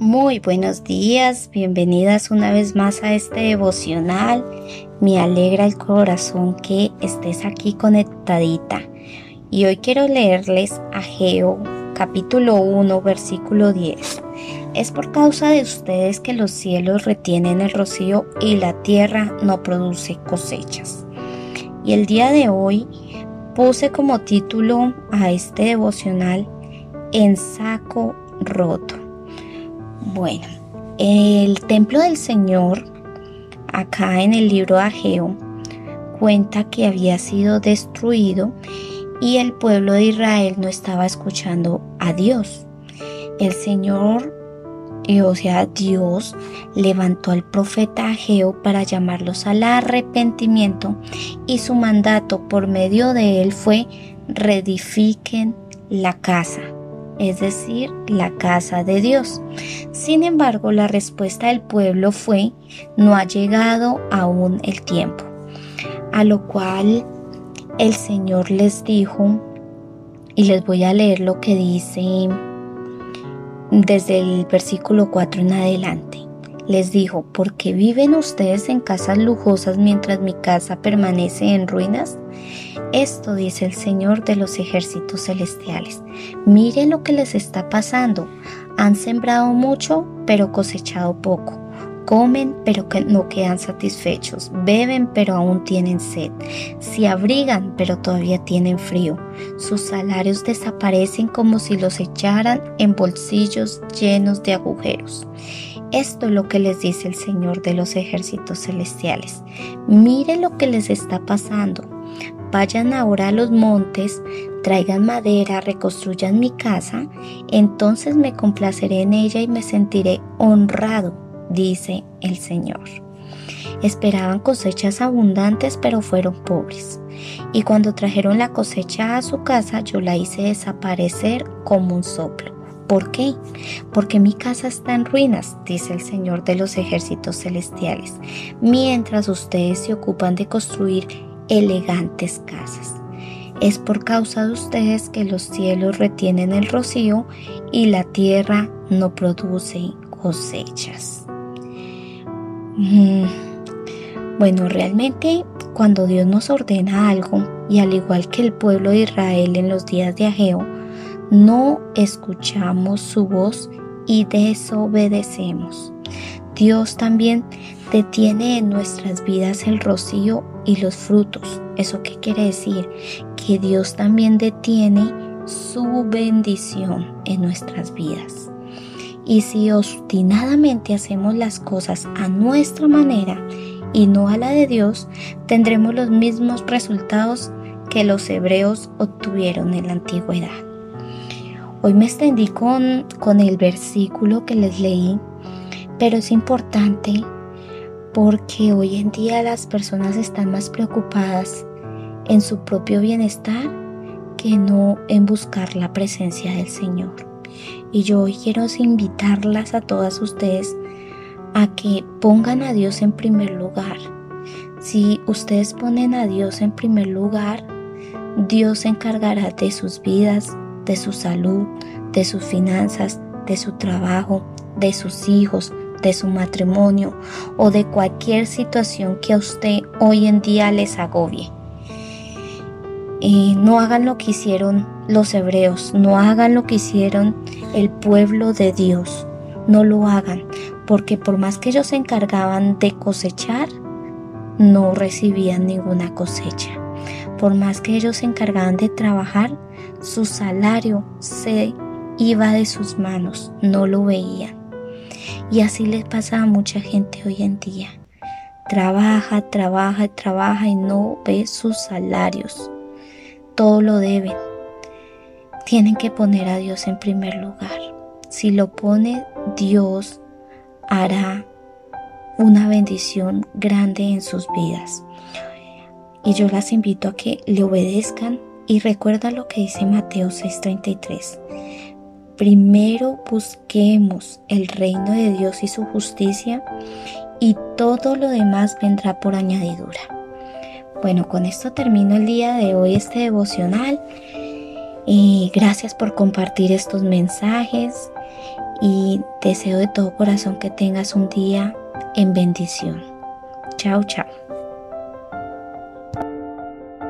Muy buenos días, bienvenidas una vez más a este devocional. Me alegra el corazón que estés aquí conectadita. Y hoy quiero leerles Ageo, capítulo 1, versículo 10. Es por causa de ustedes que los cielos retienen el rocío y la tierra no produce cosechas. Y el día de hoy puse como título a este devocional En saco roto. Bueno, el templo del Señor, acá en el libro de Ageo, cuenta que había sido destruido y el pueblo de Israel no estaba escuchando a Dios. El Señor, Dios, levantó al profeta Ageo para llamarlos al arrepentimiento y su mandato por medio de él fue: reedifiquen la casa. Es decir, la casa de Dios. Sin embargo, la respuesta del pueblo fue: no ha llegado aún el tiempo. A lo cual el Señor les dijo, y les voy a leer lo que dice desde el versículo 4 en adelante. Les dijo: ¿por qué viven ustedes en casas lujosas mientras mi casa permanece en ruinas? Esto dice el Señor de los ejércitos celestiales. Miren lo que les está pasando. Han sembrado mucho, pero cosechado poco. Comen, pero no quedan satisfechos. Beben, pero aún tienen sed. Se abrigan, pero todavía tienen frío. Sus salarios desaparecen como si los echaran en bolsillos llenos de agujeros. Esto es lo que les dice el Señor de los ejércitos celestiales. Miren lo que les está pasando. Vayan ahora a los montes, traigan madera, reconstruyan mi casa, entonces me complaceré en ella y me sentiré honrado, dice el Señor. Esperaban cosechas abundantes, pero fueron pobres. Y cuando trajeron la cosecha a su casa, yo la hice desaparecer como un soplo. ¿Por qué? Porque mi casa está en ruinas, dice el Señor de los ejércitos celestiales, mientras ustedes se ocupan de construir elegantes casas. Es por causa de ustedes que los cielos retienen el rocío y la tierra no produce cosechas. Bueno, realmente cuando Dios nos ordena algo, y al igual que el pueblo de Israel en los días de Ageo, no escuchamos su voz y desobedecemos. Dios también detiene en nuestras vidas el rocío y los frutos. ¿Eso qué quiere decir? Que Dios también detiene su bendición en nuestras vidas. Y si obstinadamente hacemos las cosas a nuestra manera y no a la de Dios, tendremos los mismos resultados que los hebreos obtuvieron en la antigüedad. Hoy me extendí con el versículo que les leí, pero es importante porque hoy en día las personas están más preocupadas en su propio bienestar que no en buscar la presencia del Señor. Y yo hoy quiero invitarlas a todas ustedes a que pongan a Dios en primer lugar. Si ustedes ponen a Dios en primer lugar, Dios se encargará de sus vidas, de su salud, de sus finanzas, de su trabajo, de sus hijos, de su matrimonio o de cualquier situación que a usted hoy en día les agobie. No hagan lo que hicieron los hebreos, no hagan lo que hicieron el pueblo de Dios, no lo hagan, porque por más que ellos se encargaban de cosechar, no recibían ninguna cosecha. Por más que ellos se encargaban de trabajar, su salario se iba de sus manos, no lo veían. Y así les pasa a mucha gente hoy en día. Trabaja y no ve sus salarios. Todo lo deben. Tienen que poner a Dios en primer lugar. Si lo pone, Dios hará una bendición grande en sus vidas. Y yo las invito a que le obedezcan y recuerda lo que dice Mateo 6:33. Primero busquemos el reino de Dios y su justicia y todo lo demás vendrá por añadidura. Bueno, con esto termino el día de hoy este devocional. Gracias por compartir estos mensajes y deseo de todo corazón que tengas un día en bendición. Chao, chao.